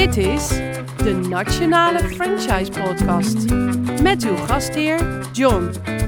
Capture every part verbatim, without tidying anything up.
Dit is de Nationale Franchise Podcast met uw gastheer John.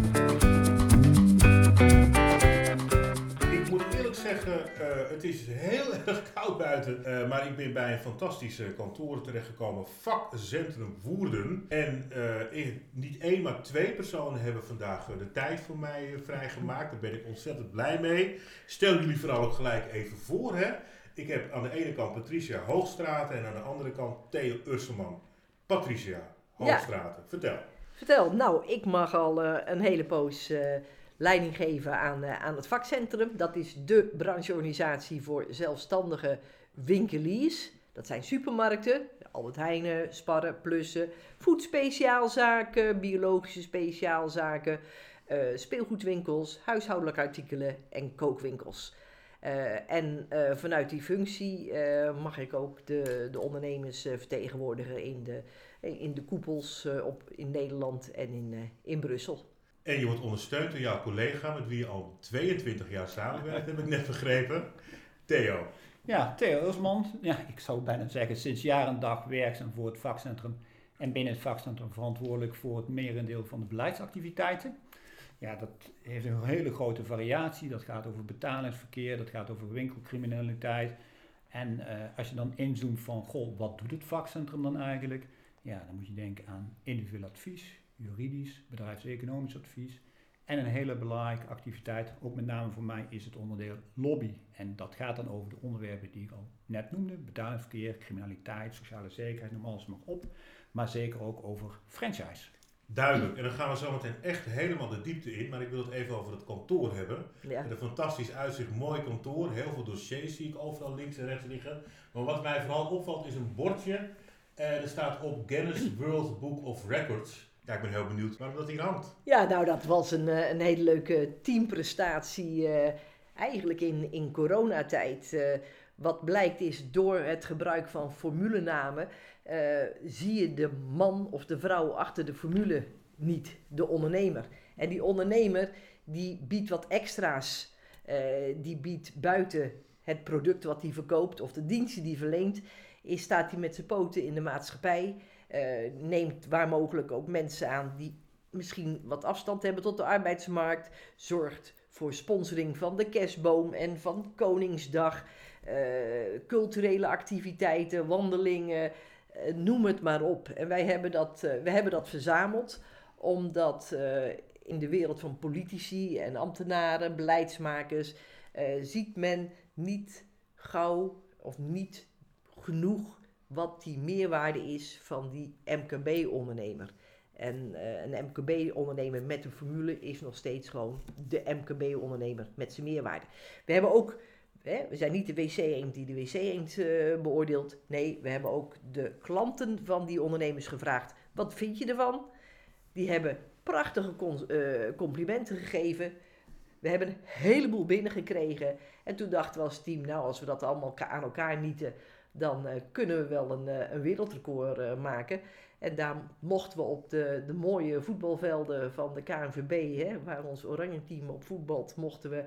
Ik moet eerlijk zeggen, uh, het is heel erg koud buiten, uh, maar ik ben bij een fantastische kantoor terechtgekomen, Vakcentrum Woerden. En uh, ik, niet één, maar twee personen hebben vandaag uh, de tijd voor mij uh, vrijgemaakt. Daar ben ik ontzettend blij mee. Stel jullie vooral ook gelijk even voor, hè. Ik heb aan de ene kant Patricia Hoogstraten en aan de andere kant Theo Urselman. Patricia Hoogstraten, ja. Vertel. Vertel, nou, ik mag al uh, een hele poos uh, leiding geven aan, uh, aan het vakcentrum. Dat is de brancheorganisatie voor zelfstandige winkeliers. Dat zijn supermarkten, Albert Heijn, Sparren, Plussen, voedspeciaalzaken, biologische speciaalzaken, uh, speelgoedwinkels, huishoudelijke artikelen en kookwinkels. Uh, en uh, vanuit die functie uh, mag ik ook de, de ondernemers uh, vertegenwoordigen in de, in de koepels uh, op, in Nederland en in, uh, in Brussel. En je wordt ondersteund door jouw collega met wie je al tweeëntwintig jaar samenwerkt, heb ik net begrepen. Theo. Ja, Theo Urselman. Ja, ik zou bijna zeggen sinds jaar en dag werkzaam voor het vakcentrum. En binnen het vakcentrum verantwoordelijk voor het merendeel van de beleidsactiviteiten. Ja, dat heeft een hele grote variatie. Dat gaat over betalingsverkeer, dat gaat over winkelcriminaliteit. En uh, als je dan inzoomt van, goh, wat doet het vakcentrum dan eigenlijk? Ja, dan moet je denken aan individueel advies, juridisch, bedrijfseconomisch advies. En een hele belangrijke activiteit, ook met name voor mij, is het onderdeel lobby. En dat gaat dan over de onderwerpen die ik al net noemde. Betalingsverkeer, criminaliteit, sociale zekerheid, noem alles maar op. Maar zeker ook over franchise. Duidelijk. En dan gaan we zo meteen echt helemaal de diepte in. Maar ik wil het even over het kantoor hebben. Ja. Met een fantastisch uitzicht, mooi kantoor. Heel veel dossiers zie ik overal links en rechts liggen. Maar wat mij vooral opvalt is een bordje. Uh, er staat op Guinness World Book of Records. Ja, ik ben heel benieuwd waarom dat hier hangt. Ja, nou dat was een, een hele leuke teamprestatie. Uh, eigenlijk in, in coronatijd. Uh, wat blijkt is door het gebruik van formulenamen. Uh, zie je de man of de vrouw achter de formule niet, de ondernemer. En die ondernemer die biedt wat extra's, uh, die biedt buiten het product wat hij verkoopt of de diensten die verleent, is, staat hij met zijn poten in de maatschappij, uh, neemt waar mogelijk ook mensen aan die misschien wat afstand hebben tot de arbeidsmarkt, zorgt voor sponsoring van de kerstboom en van Koningsdag, uh, culturele activiteiten, wandelingen, Uh, noem het maar op. En wij hebben dat, uh, we hebben dat verzameld, omdat uh, in de wereld van politici en ambtenaren, beleidsmakers, uh, ziet men niet gauw of niet genoeg wat die meerwaarde is van die M K B-ondernemer. En uh, een M K B-ondernemer met een formule is nog steeds gewoon de M K B-ondernemer met zijn meerwaarde. We hebben ook He, we zijn niet de wc-eend die de wc-eend uh, beoordeelt. Nee, we hebben ook de klanten van die ondernemers gevraagd. Wat vind je ervan? Die hebben prachtige cons- uh, complimenten gegeven. We hebben een heleboel binnengekregen. En toen dachten we als team, nou als we dat allemaal aan elkaar nieten, dan uh, kunnen we wel een, uh, een wereldrecord uh, maken. En daar mochten we op de, de mooie voetbalvelden van de K N V B, hè, waar ons oranje team op voetbalt, mochten we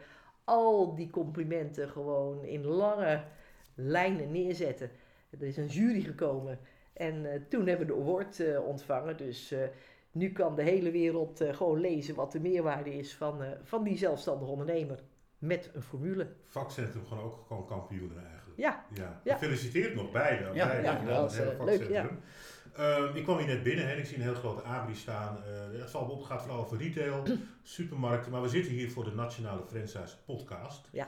al die complimenten gewoon in lange lijnen neerzetten. Er is een jury gekomen en uh, toen hebben we de award uh, ontvangen. Dus uh, nu kan de hele wereld uh, gewoon lezen wat de meerwaarde is van, uh, van die zelfstandige ondernemer met een formule. Vakcentrum gewoon ook gewoon kampioenen eigenlijk. Ja. ja. ja. Gefeliciteerd nog beide. Ja, beide ja, dat was uh, leuk. Ja. Uh, ik kwam hier net binnen en ik zie een heel grote abri staan. Uh, het valt me op, het gaat vooral over retail, supermarkten. Maar we zitten hier voor de Nationale Franchise Podcast. Ja.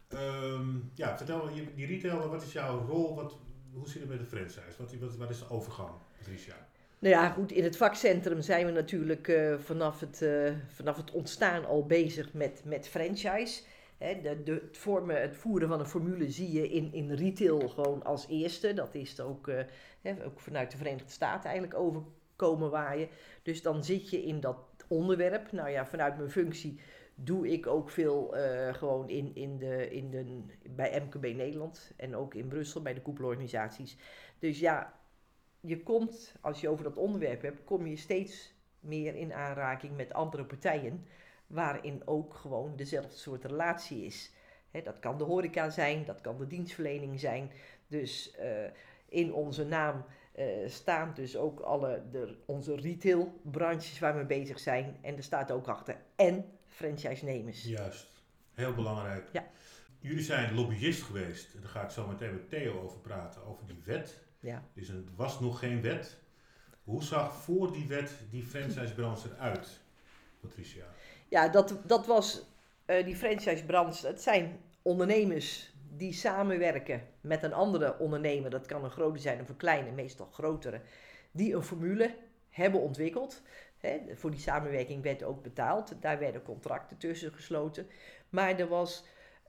Um, ja, vertel, die retail, wat is jouw rol? Wat, hoe zit het met de franchise? Wat, wat, wat is de overgang, Patricia? Nou ja, goed, in het vakcentrum zijn we natuurlijk uh, vanaf, het, uh, vanaf het ontstaan al bezig met, met franchise. He, de, de, het, vormen, het voeren van een formule zie je in, in retail gewoon als eerste. Dat is ook, uh, he, ook vanuit de Verenigde Staten eigenlijk overkomen waaien. Dus dan zit je in dat onderwerp. Nou ja, vanuit mijn functie doe ik ook veel uh, gewoon in, in de, in de, bij M K B Nederland en ook in Brussel bij de koepelorganisaties. Dus ja, je komt, als je over dat onderwerp hebt, kom je steeds meer in aanraking met andere partijen, waarin ook gewoon dezelfde soort relatie is. He, dat kan de horeca zijn, dat kan de dienstverlening zijn. Dus uh, in onze naam uh, staan dus ook alle de, onze retailbranches waar we bezig zijn. En er staat ook achter en franchise-nemers. Juist, heel belangrijk. Ja. Jullie zijn lobbyist geweest. Daar ga ik zo meteen met Theo over praten, over die wet. Ja. Dus er was nog geen wet. Hoe zag voor die wet die franchisebranche eruit, Patricia? Ja, dat, dat was uh, die franchisebranche. Het zijn ondernemers die samenwerken met een andere ondernemer. Dat kan een grote zijn of een kleine, meestal grotere. Die een formule hebben ontwikkeld. Hè, voor die samenwerking werd ook betaald. Daar werden contracten tussen gesloten. Maar er was...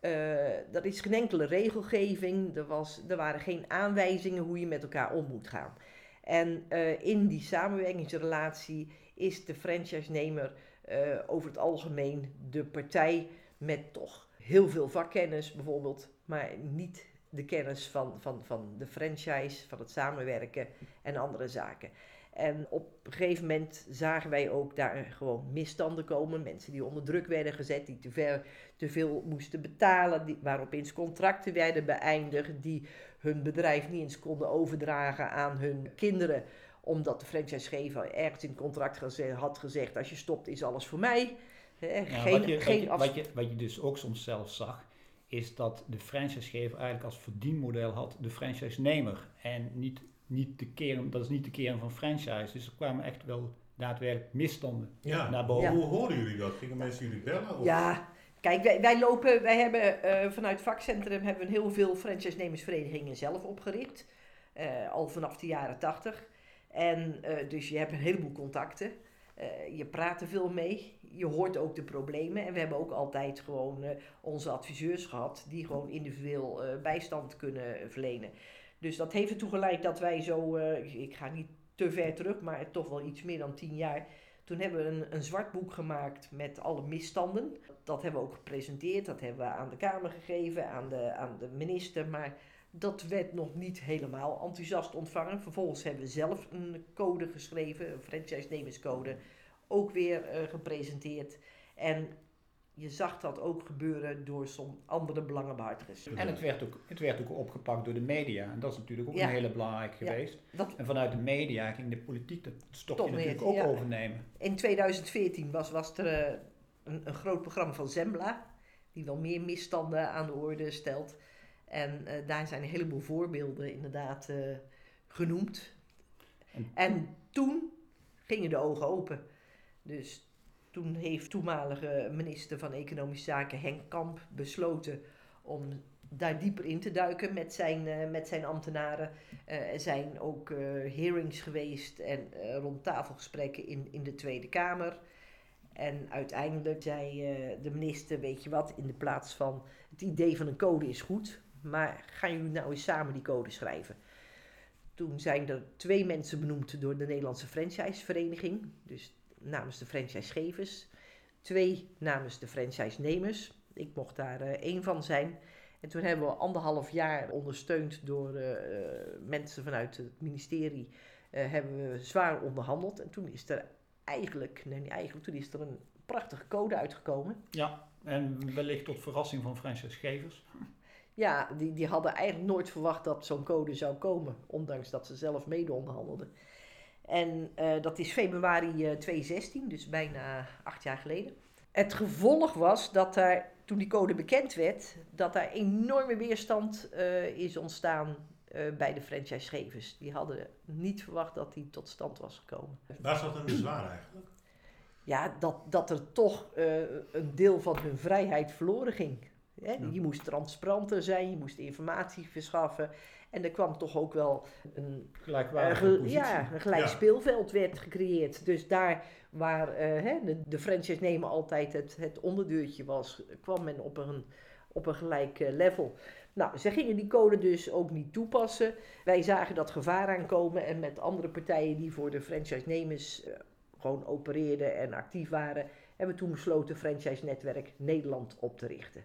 Uh, er is geen enkele regelgeving, er, was, er waren geen aanwijzingen hoe je met elkaar om moet gaan. En uh, in die samenwerkingsrelatie is de franchise-nemer uh, over het algemeen de partij met toch heel veel vakkennis bijvoorbeeld, maar niet de kennis van, van, van de franchise, van het samenwerken en andere zaken. En op een gegeven moment zagen wij ook daar gewoon misstanden komen. Mensen die onder druk werden gezet, die te, ver, te veel moesten betalen, die, waarop eens contracten werden beëindigd, die hun bedrijf niet eens konden overdragen aan hun kinderen. Omdat de franchisegever ergens in het contract geze- had gezegd, als je stopt is alles voor mij. Eh, Ja, geen, wat, je, geen wat, je, afs- wat, je, wat je dus ook soms zelf zag, is dat de franchisegever eigenlijk als verdienmodel had de franchise-nemer. En niet, niet de kern, dat is niet de kern van franchise. Dus er kwamen echt wel daadwerkelijk misstanden Ja, naar boven. hoe hoorden jullie dat? Gingen mensen jullie bellen? Of? Ja, kijk, wij, wij lopen, wij hebben uh, vanuit vakcentrum hebben we heel veel franchise-nemersverenigingen zelf opgericht. Uh, al vanaf de jaren tachtig. En uh, dus je hebt een heleboel contacten. Uh, je praat er veel mee. Je hoort ook de problemen. En we hebben ook altijd gewoon uh, onze adviseurs gehad die gewoon individueel uh, bijstand kunnen verlenen. Dus dat heeft ertoe geleid dat wij zo, uh, ik ga niet te ver terug, maar toch wel iets meer dan tien jaar. Toen hebben we een, een zwart boek gemaakt met alle misstanden. Dat hebben we ook gepresenteerd, dat hebben we aan de Kamer gegeven, aan de, aan de minister. Maar dat werd nog niet helemaal enthousiast ontvangen. Vervolgens hebben we zelf een code geschreven, een franchise-nemerscode, ook weer uh, gepresenteerd. En je zag dat ook gebeuren door sommige andere belangenbehartigers. En het werd, ook, het werd ook opgepakt door de media. En dat is natuurlijk ook Ja. een hele belangrijke Ja. geweest. Dat, En vanuit de media ging de politiek dat stokje Toch natuurlijk meer, ook ja. overnemen. in tweeduizend veertien was, was er uh, een, een groot programma van Zembla, die wel meer misstanden aan de orde stelt. En uh, daar zijn een heleboel voorbeelden inderdaad uh, genoemd. En- En toen gingen de ogen open. Dus toen heeft toenmalige minister van Economische Zaken Henk Kamp besloten om daar dieper in te duiken met zijn, uh, met zijn ambtenaren. Uh, er zijn ook uh, hearings geweest en uh, rondtafelgesprekken in, in de Tweede Kamer. En uiteindelijk zei uh, de minister, weet je wat, in de plaats van het idee van een code is goed, maar gaan jullie nou eens samen die code schrijven? Toen zijn er twee mensen benoemd door de Nederlandse franchisevereniging, dus namens de franchisegevers, twee namens de franchise-nemers. Ik mocht daar uh, één van zijn. En toen hebben we anderhalf jaar ondersteund door uh, mensen vanuit het ministerie, uh, hebben we zwaar onderhandeld. En toen is er eigenlijk, nee niet eigenlijk, toen is er een prachtige code uitgekomen. Ja, en wellicht tot verrassing van franchisegevers. Ja, die, die hadden eigenlijk nooit verwacht dat zo'n code zou komen, ondanks dat ze zelf mede onderhandelden. En uh, dat is februari uh, tweeduizend zestien, dus bijna acht jaar geleden. Het gevolg was dat daar, toen die code bekend werd, dat daar enorme weerstand uh, is ontstaan uh, bij de franchisegevers. Die hadden niet verwacht dat die tot stand was gekomen. Waar zat een bezwaar eigenlijk? Ja, dat, dat er toch uh, een deel van hun vrijheid verloren ging. Hè? Ja. Je moest transparanter zijn, je moest informatie verschaffen. En er kwam toch ook wel een, Gelijkwaardige uh, ge- positie. ja, een gelijk Ja. speelveld werd gecreëerd. Dus daar waar uh, hè, de, de franchise-nemer altijd het, het onderdeurtje was, kwam men op een, op een gelijk uh, level. Nou, ze gingen die code dus ook niet toepassen. Wij zagen dat gevaar aankomen en met andere partijen die voor de franchise-nemers uh, gewoon opereerden en actief waren, hebben we toen besloten Franchise Netwerk Nederland op te richten.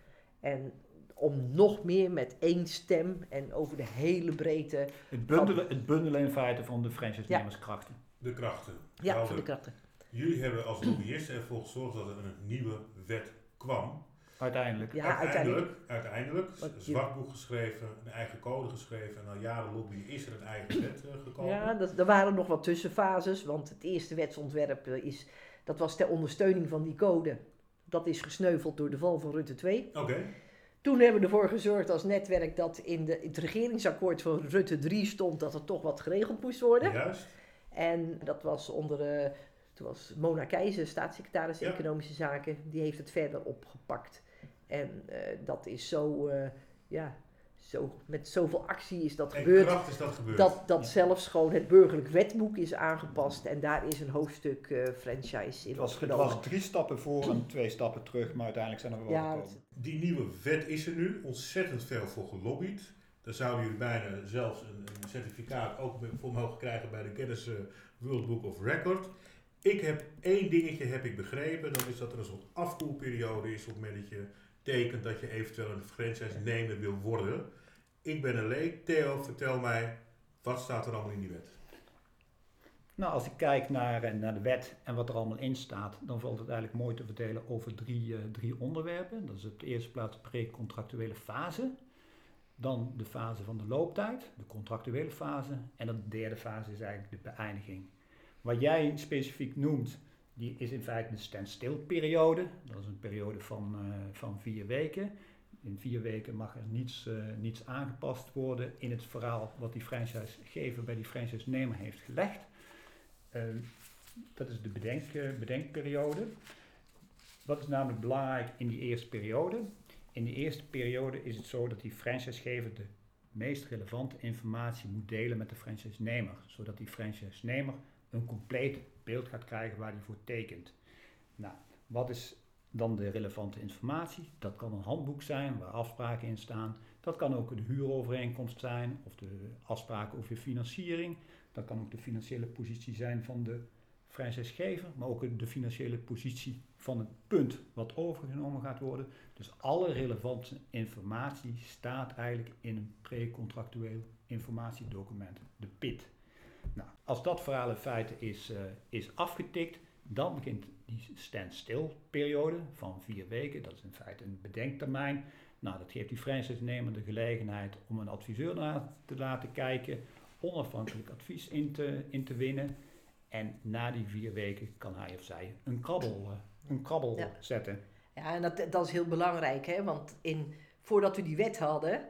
En om nog meer met één stem en over de hele breedte. Het bundelen, het bundelen in feite van de franchise-nemerskrachten. De krachten. Ja, Helder. voor de krachten. Jullie hebben als lobbyisten ervoor gezorgd dat er een nieuwe wet kwam. uiteindelijk. Ja, uiteindelijk, uiteindelijk, Wat je- zwart boek geschreven, een eigen code geschreven en na jaren lobby is er een eigen wet uh, gekomen. Ja, dat, er waren nog wat tussenfases, want het eerste wetsontwerp uh, is, dat was ter ondersteuning van die code. Dat is gesneuveld door de val van Rutte twee. Oké. Okay. Toen hebben we ervoor gezorgd als netwerk dat in, de, in het regeringsakkoord van Rutte drie stond dat er toch wat geregeld moest worden. Juist. En dat was onder, uh, toen was Mona Keijzer, staatssecretaris Ja. Economische Zaken, die heeft het verder opgepakt. En uh, dat is zo, uh, ja, zo, met zoveel actie is dat En gebeurd. kracht is dat gebeurd. Dat, dat Ja. zelfs gewoon het burgerlijk wetboek is aangepast en daar is een hoofdstuk uh, franchise in Het was, het opgenomen. was drie stappen voor en twee stappen terug, maar uiteindelijk zijn er wel Ja, gekomen. Die nieuwe wet is er nu, ontzettend veel voor gelobbyd. Daar zouden jullie bijna zelfs een, een certificaat ook voor mogen krijgen bij de Guinness uh, World Book of Record. Ik heb één dingetje heb ik begrepen, dat is dat er een soort afkoelperiode is op het moment dat je tekent dat je eventueel een franchise-nemer wil worden. Ik ben een leek. Theo, vertel mij, wat staat er allemaal in die wet? Nou, als ik kijk naar, naar de wet en wat er allemaal in staat, dan valt het eigenlijk mooi te verdelen over drie, uh, drie onderwerpen. Dat is op de eerste plaats de pre-contractuele fase. Dan de fase van de looptijd, de contractuele fase. En de derde fase is eigenlijk de beëindiging. Wat jij specifiek noemt, die is in feite de stand-still periode. Dat is een periode van, uh, van vier weken. In vier weken mag er niets, uh, niets aangepast worden in het verhaal wat die franchisegever bij die franchise-nemer heeft gelegd. Uh, dat is de bedenk, uh, bedenkperiode. Wat is namelijk belangrijk in die eerste periode? In die eerste periode is het zo dat die franchisegever de meest relevante informatie moet delen met de franchise-nemer, zodat die franchise-nemer een compleet beeld gaat krijgen waar hij voor tekent. Nou, wat is dan de relevante informatie? Dat kan een handboek zijn waar afspraken in staan. Dat kan ook de huurovereenkomst zijn of de afspraken over financiering. Dat kan ook de financiële positie zijn van de franchisegever, maar ook de financiële positie van het punt wat overgenomen gaat worden. Dus alle relevante informatie staat eigenlijk in een pre-contractueel informatiedocument, de P I D. Nou, als dat verhaal in feite is, uh, is afgetikt, dan begint die stand-still periode van vier weken. Dat is in feite een bedenktermijn. Nou, dat geeft die franchise-nemer de gelegenheid om een adviseur naar te laten kijken, onafhankelijk advies in te, in te winnen. En na die vier weken kan hij of zij een krabbel, uh, een krabbel Ja. zetten. Ja, en dat, dat is heel belangrijk, hè? Want in, voordat we die wet hadden,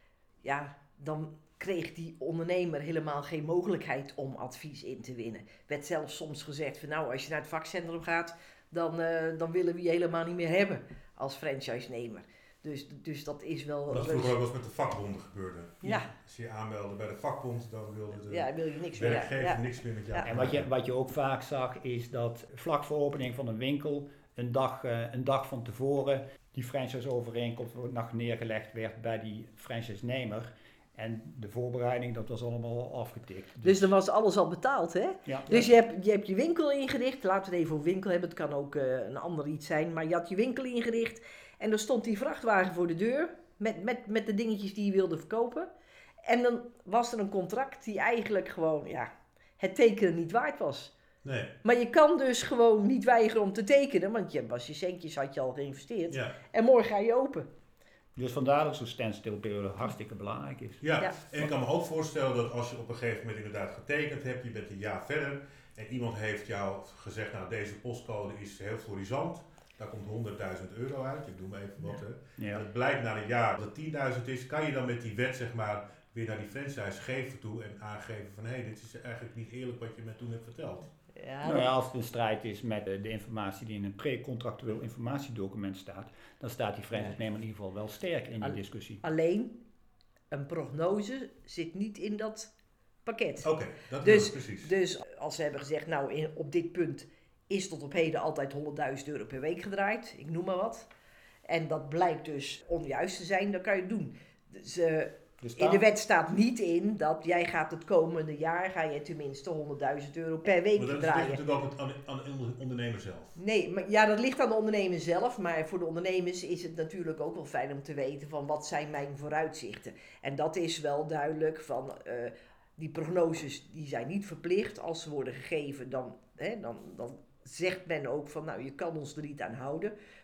ja, dan kreeg die ondernemer helemaal geen mogelijkheid om advies in te winnen. Werd zelfs soms gezegd van nou, als je naar het vakcentrum gaat, dan, uh, dan willen we je helemaal niet meer hebben als franchise-nemer. Dus, dus dat is wel... Dat vroeger ook wel eens met de vakbonden gebeurde. Ja. Als je je aanmeldde bij de vakbond, dan wilde de Ja, wil je niks meer. werkgever Ja. niks meer met jou. Ja. En wat je, wat je ook vaak zag is dat vlak voor opening van een winkel, een dag, uh, een dag van tevoren, die franchise-overeenkomst nog neergelegd werd bij die franchise-nemer. En de voorbereiding, dat was allemaal al afgetikt. Dus dan was alles al betaald, hè? ja, Dus je hebt, je hebt je winkel ingericht. Laten we het even over winkel hebben. Het kan ook uh, een ander iets zijn. Maar je had je winkel ingericht. En er stond die vrachtwagen voor de deur. Met, met, met de dingetjes die je wilde verkopen. En dan was er een contract die eigenlijk gewoon, ja, het tekenen niet waard was. Nee. Maar je kan dus gewoon niet weigeren om te tekenen. Want je was je centjes, had je al geïnvesteerd. Ja. En morgen ga je open. Dus vandaar dat zo'n stand-still periode hartstikke belangrijk is. Ja. Ja. En ik kan me ook voorstellen dat als je op een gegeven moment inderdaad getekend hebt, je bent een jaar verder en iemand heeft jou gezegd, nou deze postcode is heel florisant, daar komt honderdduizend euro uit, ik doe maar even wat. Hè. Ja. En het blijkt na een jaar dat het tienduizend is, kan je dan met die wet zeg maar weer naar die franchisegever toe en aangeven van hé, hey, dit is eigenlijk niet eerlijk wat je me toen hebt verteld. Ja, Nou ja, als het een strijd is met de informatie die in een pre-contractueel informatiedocument staat, dan staat die franchise-nemer in ieder geval wel sterk in die Al- discussie. Alleen, een prognose zit niet in dat pakket. Oké, okay, dat Dus- is precies. Dus als ze hebben gezegd, nou in, op dit punt is tot op heden altijd honderdduizend euro per week gedraaid, ik noem maar wat. En dat blijkt dus onjuist te zijn, dan kan je het doen. Dus, uh, Dus in de wet staat niet in dat jij gaat het komende jaar, ga je tenminste honderdduizend euro per week Maar dat ligt draaien. natuurlijk ook aan, aan de ondernemer zelf. Nee, maar ja, dat ligt aan de ondernemer zelf. Maar voor de ondernemers is het natuurlijk ook wel fijn om te weten van wat zijn mijn vooruitzichten. En dat is wel duidelijk van uh, die prognoses die zijn niet verplicht. Als ze worden gegeven dan, hè, dan, dan zegt men ook van nou je kan ons er niet aan houden.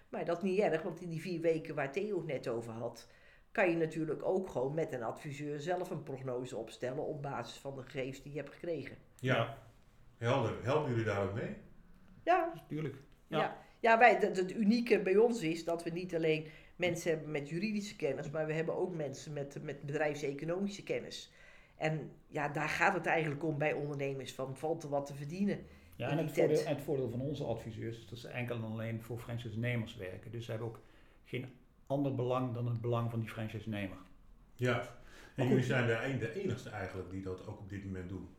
Maar dat is niet erg, want in die vier weken waar Theo het net over had, kan je natuurlijk ook gewoon met een adviseur zelf een prognose opstellen op basis van de gegevens die je hebt gekregen. Ja, helder. Helpen jullie daar ook mee? Ja, Natuurlijk. ja. Ja. ja. ja wij, het, het unieke bij ons is dat we niet alleen mensen hebben met juridische kennis, maar we hebben ook mensen met, met bedrijfseconomische kennis. En ja, daar gaat het eigenlijk om bij ondernemers, van valt er wat te verdienen. Ja, en het voordeel, en het voordeel van onze adviseurs is dat ze enkel en alleen voor franchise-nemers werken. Dus ze hebben ook geen ander belang dan het belang van die franchise-nemer. Ja, en jullie zijn de, een, de enigste eigenlijk die dat ook op dit moment doen.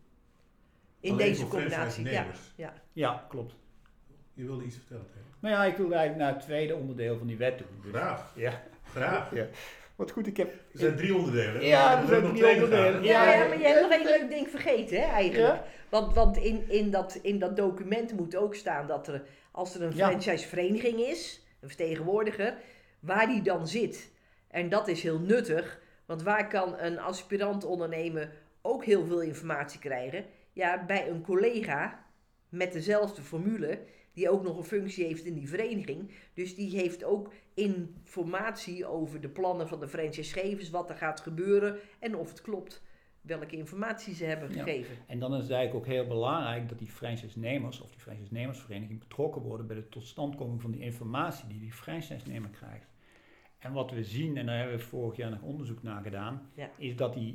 In Alleen deze voor combinatie, ja, franchise-nemers. ja. Ja, klopt. Je wilde iets vertellen, Theo? Nou ja, ik wilde eigenlijk naar het tweede onderdeel van die wet doen. Dus, Graag. ja, Graag. ja. Wat goed, ik heb... Er zijn drie onderdelen. Ja, er er zijn nog drie twee onderdelen. gegaan. Ja, Ja, ja, maar je hebt nog één leuk ding vergeten, hè, eigenlijk. Ja? Want, want in, in, dat, in dat document moet ook staan dat er, als er een Ja. franchisevereniging is, een vertegenwoordiger, waar die dan zit. En dat is heel nuttig, want waar kan een aspirant ondernemer ook heel veel informatie krijgen? Ja, bij een collega met dezelfde formule, die ook nog een functie heeft in die vereniging. Dus die heeft ook informatie over de plannen van de franchisegevers, wat er gaat gebeuren en of het klopt, welke informatie ze hebben Ja. gegeven. En dan is het eigenlijk ook heel belangrijk dat die franchise-nemers of die franchise-nemersvereniging betrokken worden bij de totstandkoming van die informatie die die franchise-nemer krijgt. En wat we zien, en daar hebben we vorig jaar nog onderzoek naar gedaan, Ja. is dat die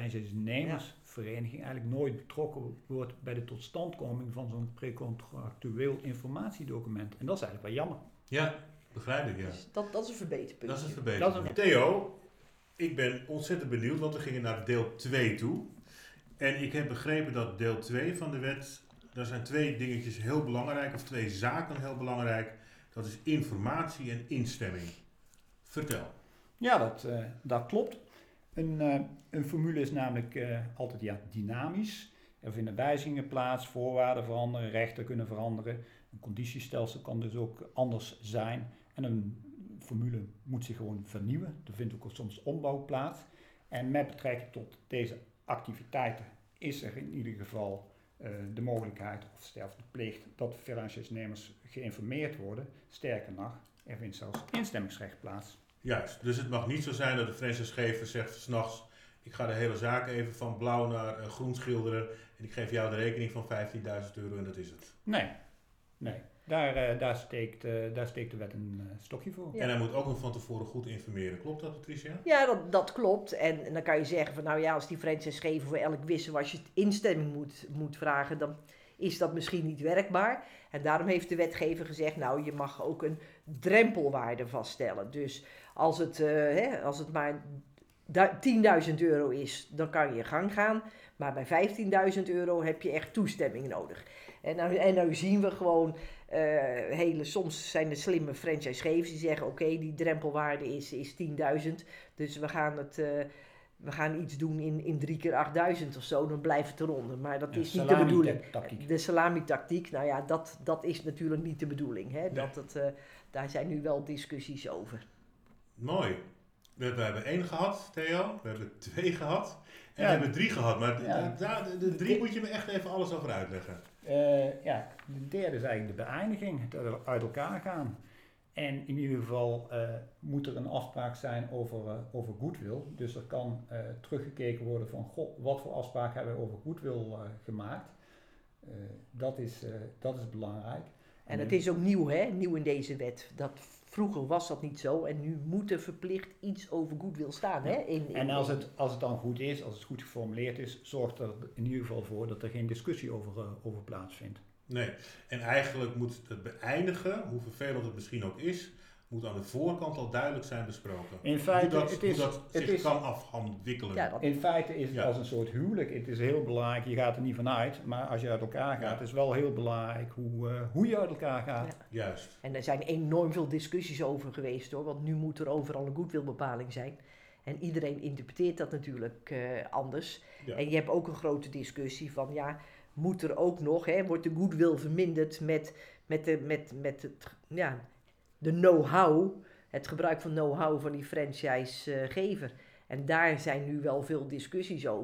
franchise-nemersvereniging eigenlijk nooit betrokken wordt bij de totstandkoming van zo'n precontractueel informatiedocument. En dat is eigenlijk wel jammer. Ja, begrijp ik, ja. Dus dat, dat is een verbeterpunt. Dat is een Dat is verbetering. een- Theo, ik ben ontzettend benieuwd, want we gingen naar deel twee toe. En ik heb begrepen dat deel twee van de wet, daar zijn twee dingetjes heel belangrijk, of twee zaken heel belangrijk. Dat is informatie en instemming. Vertel. Ja, dat, uh, dat klopt. Een, uh, een formule is namelijk uh, altijd ja, dynamisch. Er vinden wijzigingen plaats, voorwaarden veranderen, rechten kunnen veranderen. Een conditiestelsel kan dus ook anders zijn. En een formule moet zich gewoon vernieuwen. Er vindt ook soms ombouw plaats. En met betrekking tot deze activiteiten is er in ieder geval uh, de mogelijkheid, of zelfs de plicht, dat franchise-nemers geïnformeerd worden. Sterker nog, er vindt zelfs instemmingsrecht plaats. Juist, dus het mag niet zo zijn dat de franchisegever zegt 's nachts, ik ga de hele zaak even van blauw naar uh, groen schilderen en ik geef jou de rekening van vijftienduizend euro en dat is het. Nee, nee. Daar, uh, daar, steekt, uh, daar steekt de wet een uh, stokje voor. Ja. En hij moet ook nog van tevoren goed informeren. Klopt dat, Patricia? Ja, dat, dat klopt. En, en dan kan je zeggen van nou ja, als die franchisegever voor elk wisselwasje instemming moet, moet vragen, dan is dat misschien niet werkbaar. En daarom heeft de wetgever gezegd, nou je mag ook een drempelwaarde vaststellen. Dus als het, uh, hè, als het maar tienduizend euro is, dan kan je je gang gaan. Maar bij vijftienduizend euro heb je echt toestemming nodig. En nou, en nou zien we gewoon, uh, hele, soms zijn er slimme franchisegevers die zeggen, oké, okay, die drempelwaarde is, is tienduizend. Dus we gaan, het, uh, we gaan iets doen in, in drie keer achtduizend of zo, dan blijft het eronder. Maar dat Ja, is niet de bedoeling. tactiek. De salami-tactiek, nou ja, dat, dat is natuurlijk niet de bedoeling. Hè? Dat het, uh, daar zijn nu wel discussies over. Mooi. We, we hebben één gehad, Theo. We hebben twee gehad. En Ja. we hebben drie gehad. Maar Ja. de, de, de, de drie moet je me echt even alles over uitleggen. Uh, ja, de derde is eigenlijk de beëindiging, het uit elkaar gaan. En in ieder geval uh, moet er een afspraak zijn over, uh, over goodwill. Dus er kan uh, teruggekeken worden van, goh, wat voor afspraak hebben we over goodwill uh, gemaakt. Uh, dat, is, uh, dat is belangrijk. En het is ook nieuw, hè? Nieuw in deze wet. Dat, vroeger was dat niet zo en nu moet er verplicht iets over goodwill staan. Hè? In, in, en als het, als het dan goed is, als het goed geformuleerd is, zorgt er in ieder geval voor dat er geen discussie over, uh, over plaatsvindt. Nee. En eigenlijk moet het beëindigen, hoe vervelend het misschien ook is, moet aan de voorkant al duidelijk zijn besproken. In feite, hoe dat, het is, hoe dat het zich is, kan afhandwikkelen. Ja, dat, in feite is het Ja. als een soort huwelijk. Het is heel belangrijk, je gaat er niet vanuit, maar als je uit elkaar gaat, Ja. is wel heel belangrijk hoe, uh, hoe je uit elkaar gaat. Ja. Juist. en er zijn enorm veel discussies over geweest hoor, want nu moet er overal een goodwillbepaling zijn. En iedereen interpreteert dat natuurlijk uh, anders. Ja. En je hebt ook een grote discussie van ja, moet er ook nog, hè, wordt de goodwill verminderd met, met, de, met, met het, ja, de know-how, het gebruik van know-how van die franchisegever. En daar zijn nu wel veel discussies over.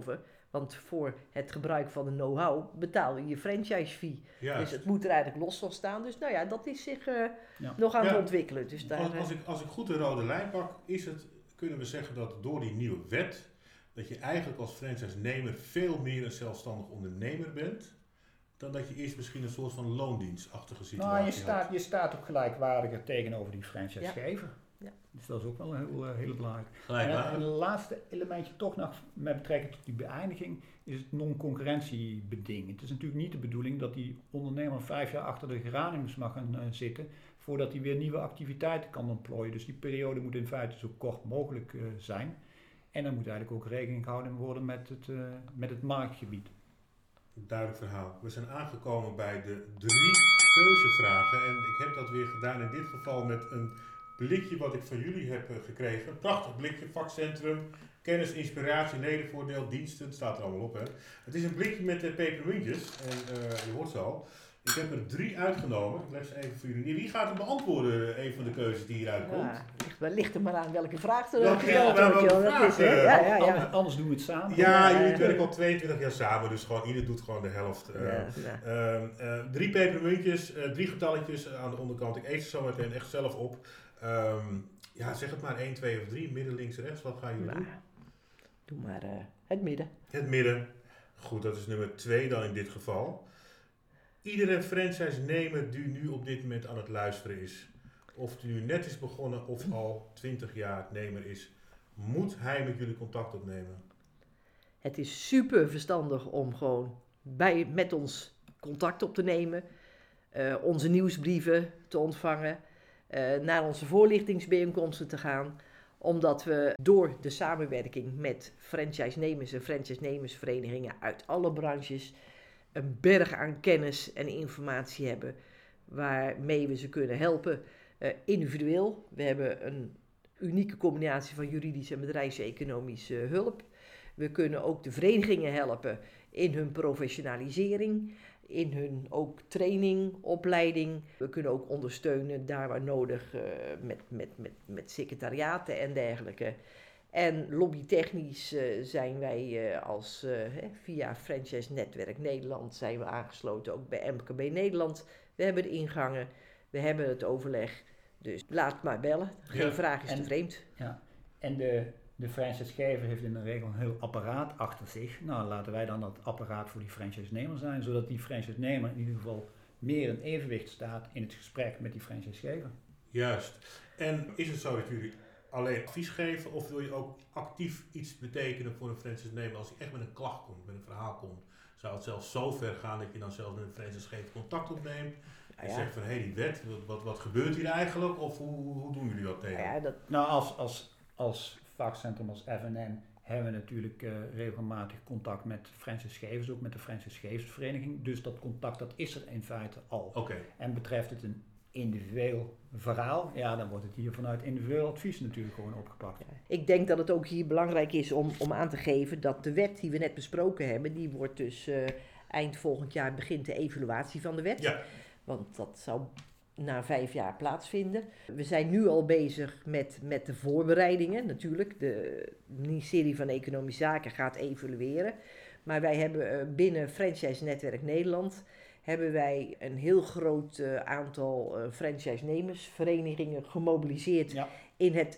Want voor het gebruik van de know-how betaal je je franchise fee. Juist. Dus het moet er eigenlijk los van staan. Dus nou ja, dat is zich uh, Ja. nog aan Ja. het ontwikkelen. Dus daar, Als, als, ik, als ik goed de rode lijn pak, is het, kunnen we zeggen dat door die nieuwe wet, dat je eigenlijk als franchise-nemer veel meer een zelfstandig ondernemer bent, dan dat je eerst misschien een soort van loondienstachtige situatie Nou, je had. staat, je staat ook gelijkwaardiger tegenover die franchisegever. Ja. Dus dat is ook wel een heel, uh, heel belangrijk. Gelijk En, waar. en het laatste elementje toch nog met betrekking tot die beëindiging is het non-concurrentiebeding. Het is natuurlijk niet de bedoeling dat die ondernemer vijf jaar achter de geraniums mag gaan uh, zitten voordat hij weer nieuwe activiteiten kan ontplooien. Dus die periode moet in feite zo kort mogelijk uh, zijn. En er moet eigenlijk ook rekening gehouden worden met het, uh, met het marktgebied. Duidelijk verhaal. We zijn aangekomen bij de drie keuzevragen en ik heb dat weer gedaan in dit geval met een blikje wat ik van jullie heb uh, gekregen. Een prachtig blikje, vakcentrum, kennis, inspiratie, ledenvoordeel, diensten, staat er allemaal op. Hè. Het is een blikje met uh, pepermuntjes en uh, je hoort ze al. Ik heb er drie uitgenomen. Ik leg ze even voor jullie neer. Wie gaat er beantwoorden, een van de keuzes die hieruit komt? ja, ligt, wel- ligt er maar aan welke vraag er Welke- gesteld ja, wordt. welke joh. Dat is, vraag, hè, uh, ja, ja, ja. Anders, anders doen we het samen. Ja, Ja, jullie ja. werken al tweeëntwintig jaar samen, dus gewoon ieder doet gewoon de helft. Uh, Ja, ja. uh, uh, drie pepermuntjes, uh, drie getalletjes aan de onderkant. Ik eet ze zo meteen echt zelf op. Um, ja, zeg het maar één, twee of drie, midden, links, rechts. Wat gaan jullie doen? Maar, doe maar uh, het midden. Het midden. Goed, dat is nummer twee dan in dit geval. Iedere franchise-nemer die nu op dit moment aan het luisteren is, of die nu net is begonnen of al twintig jaar nemer is, moet hij met jullie contact opnemen. Het is super verstandig om gewoon bij, met ons contact op te nemen, uh, onze nieuwsbrieven te ontvangen, uh, naar onze voorlichtingsbijeenkomsten te gaan, omdat we door de samenwerking met franchise-nemers en franchise-nemersverenigingen uit alle branches een berg aan kennis en informatie hebben waarmee we ze kunnen helpen. Uh, individueel, we hebben een unieke combinatie van juridische en bedrijfseconomische hulp. We kunnen ook de verenigingen helpen in hun professionalisering, in hun ook training, opleiding. We kunnen ook ondersteunen daar waar nodig uh, met, met, met, met secretariaten en dergelijke. En lobbytechnisch uh, zijn wij uh, als uh, hè, via Franchise Netwerk Nederland zijn we aangesloten ook bij M K B Nederland. We hebben de ingangen, we hebben het overleg. Dus laat maar bellen. Geen Ja, vraag is en- te vreemd. Ja. En de, de franchisegever heeft in de regel een heel apparaat achter zich. Nou, laten wij dan dat apparaat voor die franchise-nemer zijn, zodat die franchise-nemer in ieder geval meer in evenwicht staat in het gesprek met die franchisegever. Juist. En is het zo dat jullie alleen advies geven of wil je ook actief iets betekenen voor een franchise-nemer als hij echt met een klacht komt, met een verhaal komt? Zou het zelfs zo ver gaan dat je dan zelfs met een franchisegever contact opneemt en Nou ja, zegt van hé, hey, die wet, wat, wat, wat gebeurt hier eigenlijk? Of hoe, hoe, hoe doen jullie dat tegen? nou ja, dat, Nou, als, als, als vakcentrum, als F N N, hebben we natuurlijk uh, regelmatig contact met franchisegevers, ook met de franchisegeversvereniging. Dus dat contact, dat is er in feite al. Oké, okay. En betreft het een individueel verhaal, ja, dan wordt het hier vanuit individueel advies natuurlijk gewoon opgepakt. ja. Ik denk dat het ook hier belangrijk is om, om aan te geven dat de wet die we net besproken hebben, die wordt dus uh, eind volgend jaar begint de evaluatie van de wet. Ja. Want dat zou na vijf jaar plaatsvinden. We zijn nu al bezig met, met de voorbereidingen natuurlijk. De ministerie van Economische Zaken gaat evalueren. Maar wij hebben uh, binnen Franchise Netwerk Nederland hebben wij een heel groot uh, aantal uh, franchise-nemersverenigingen gemobiliseerd Ja. in het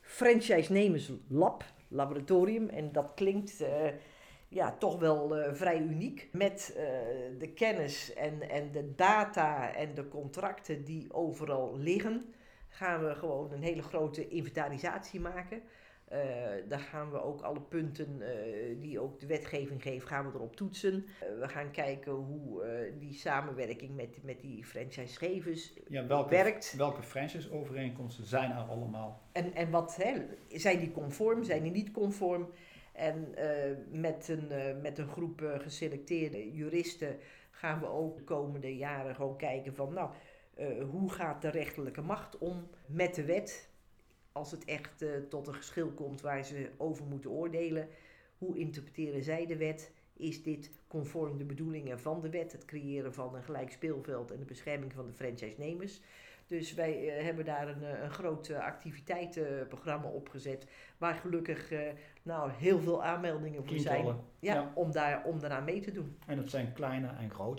franchise-nemerslab, laboratorium. En dat klinkt uh, ja, toch wel uh, vrij uniek. Met uh, de kennis en, en de data en de contracten die overal liggen, gaan we gewoon een hele grote inventarisatie maken. Uh, daar gaan we ook alle punten uh, die ook de wetgeving geeft, gaan we erop toetsen. Uh, we gaan kijken hoe uh, die samenwerking met, met die franchisegevers Ja, welke, werkt. welke franchise-overeenkomsten zijn er allemaal? En, en wat, hè, zijn die conform, zijn die niet conform? En uh, met, een, uh, met een groep uh, geselecteerde juristen gaan we ook de komende jaren gewoon kijken van, nou, uh, hoe gaat de rechterlijke macht om met de wet? Als het echt uh, tot een geschil komt waar ze over moeten oordelen, hoe interpreteren zij de wet? Is dit conform de bedoelingen van de wet? Het creëren van een gelijk speelveld en de bescherming van de franchise-nemers. Dus wij uh, hebben daar een, een groot uh, activiteitenprogramma opgezet. Waar gelukkig uh, nou, heel veel aanmeldingen voor zijn. Ja, ja. Om, daar, om daaraan mee te doen. En dat zijn kleine en grote.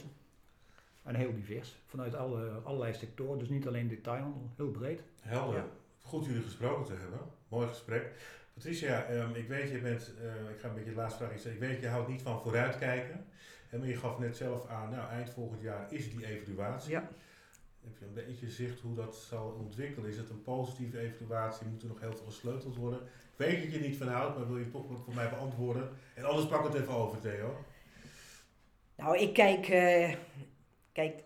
En heel divers. Vanuit alle, allerlei sectoren. Dus niet alleen detailhandel. Heel breed. Helder. Ja. Goed jullie gesproken te hebben. Mooi gesprek. Patricia, um, ik weet je bent, uh, ik ga een beetje de laatste vraag zeggen. Ik weet je houdt niet van vooruitkijken. En maar je gaf net zelf aan, nou eind volgend jaar is die evaluatie. Ja. Heb je een beetje zicht hoe dat zal ontwikkelen? Is het een positieve evaluatie? Moet er nog heel veel gesleuteld worden? Ik weet dat je er niet van houdt, maar wil je toch voor mij beantwoorden? En anders pak het even over, Theo. Nou, ik kijk, uh, kijk,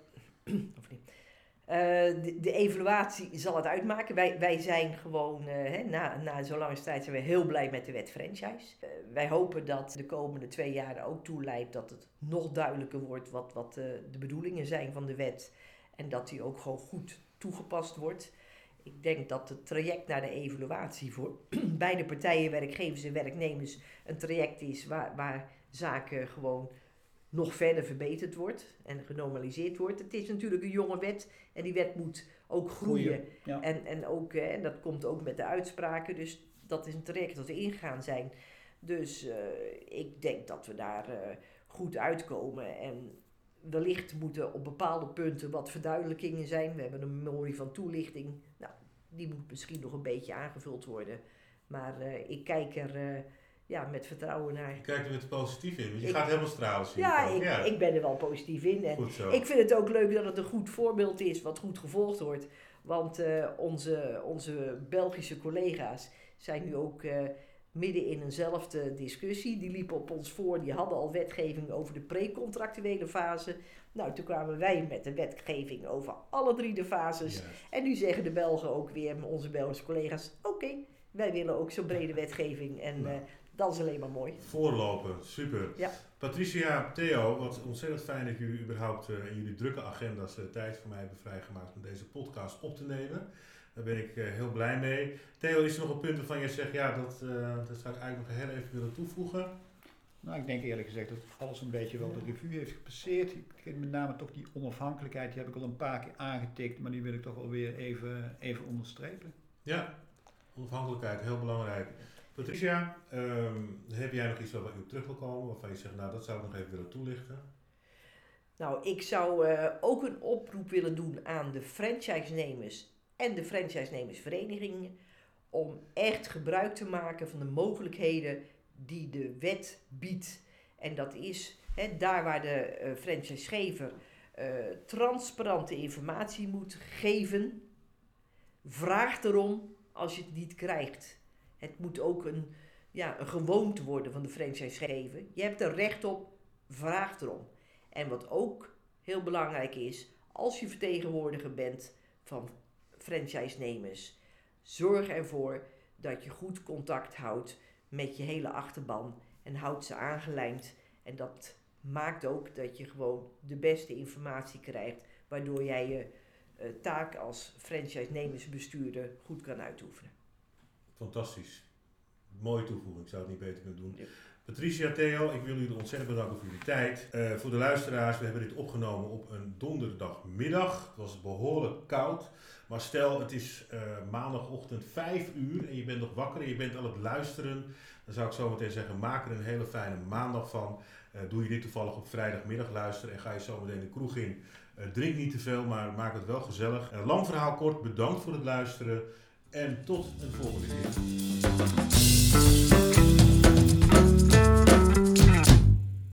of niet. Uh, de, de evaluatie zal het uitmaken. Wij, wij zijn gewoon, uh, hè, na, na zo'n lange tijd zijn we heel blij met de wet franchise. Uh, wij hopen dat de komende twee jaar er ook toe leidt dat het nog duidelijker wordt wat, wat uh, de bedoelingen zijn van de wet. En dat die ook gewoon goed toegepast wordt. Ik denk dat het traject naar de evaluatie voor beide partijen, werkgevers en werknemers, een traject is waar, waar zaken gewoon nog verder verbeterd wordt en genormaliseerd wordt. Het is natuurlijk een jonge wet en die wet moet ook groeien. Goeie, ja. En, en, ook, eh, en dat komt ook met de uitspraken. Dus dat is een traject dat we ingegaan zijn. Dus uh, ik denk dat we daar uh, goed uitkomen. En wellicht moeten op bepaalde punten wat verduidelijkingen zijn. We hebben een memorie van toelichting. Nou, die moet misschien nog een beetje aangevuld worden. Maar uh, ik kijk er uh, ja, met vertrouwen naar. Je kijkt er met positief in, want je ik, gaat helemaal stralen. Ja, ik, ja, ik ben er wel positief in. En goed zo. Ik vind het ook leuk dat het een goed voorbeeld is, wat goed gevolgd wordt. Want uh, onze, onze Belgische collega's zijn nu ook uh, midden in eenzelfde discussie. Die liepen op ons voor, die hadden al wetgeving over de pre-contractuele fase. Nou, toen kwamen wij met de wetgeving over alle drie de fases. Yes. En nu zeggen de Belgen ook weer, onze Belgische collega's, oké, okay, wij willen ook zo'n brede wetgeving. En nou. uh, dat is alleen maar mooi. Voorlopen, super. Ja. Patricia, Theo, wat ontzettend fijn dat jullie überhaupt uh, in jullie drukke agenda's uh, tijd voor mij hebben vrijgemaakt om deze podcast op te nemen. Daar ben ik uh, heel blij mee. Theo, is er nog een punt waarvan je zegt, ja, dat, uh, dat zou ik eigenlijk nog heel even willen toevoegen? Nou, ik denk eerlijk gezegd dat alles een beetje wel de revue heeft gepasseerd. Ik vind met name toch die onafhankelijkheid, die heb ik al een paar keer aangetikt, maar die wil ik toch wel weer even, even onderstrepen. Ja, onafhankelijkheid, heel belangrijk. Patricia, um, heb jij nog iets waar je op terug wil komen, waarvan je zegt, nou dat zou ik nog even willen toelichten? Nou, ik zou uh, ook een oproep willen doen aan de franchise-nemers en de franchise-nemersverenigingen om echt gebruik te maken van de mogelijkheden die de wet biedt. En dat is hè, daar waar de uh, franchisegever uh, transparante informatie moet geven, vraag erom als je het niet krijgt. Het moet ook een, ja, een gewoonte worden van de franchisegever. Je hebt er recht op, vraag erom. En wat ook heel belangrijk is, als je vertegenwoordiger bent van franchise-nemers, zorg ervoor dat je goed contact houdt met je hele achterban en houdt ze aangelijnd. En dat maakt ook dat je gewoon de beste informatie krijgt, waardoor jij je uh, taak als franchise-nemersbestuurder goed kan uitoefenen. Fantastisch. Mooie toevoeging, ik zou het niet beter kunnen doen. Ja. Patricia, Theo, ik wil jullie ontzettend bedanken voor jullie tijd. Uh, voor de luisteraars, we hebben dit opgenomen op een donderdagmiddag. Het was behoorlijk koud. Maar stel, het is uh, maandagochtend vijf uur en je bent nog wakker en je bent aan het luisteren. Dan zou ik zo meteen zeggen, maak er een hele fijne maandag van. Uh, doe je dit toevallig op vrijdagmiddag luisteren en ga je zo meteen de kroeg in. Uh, drink niet te veel, maar maak het wel gezellig. Uh, lang verhaal kort, bedankt voor het luisteren. En tot een volgende keer.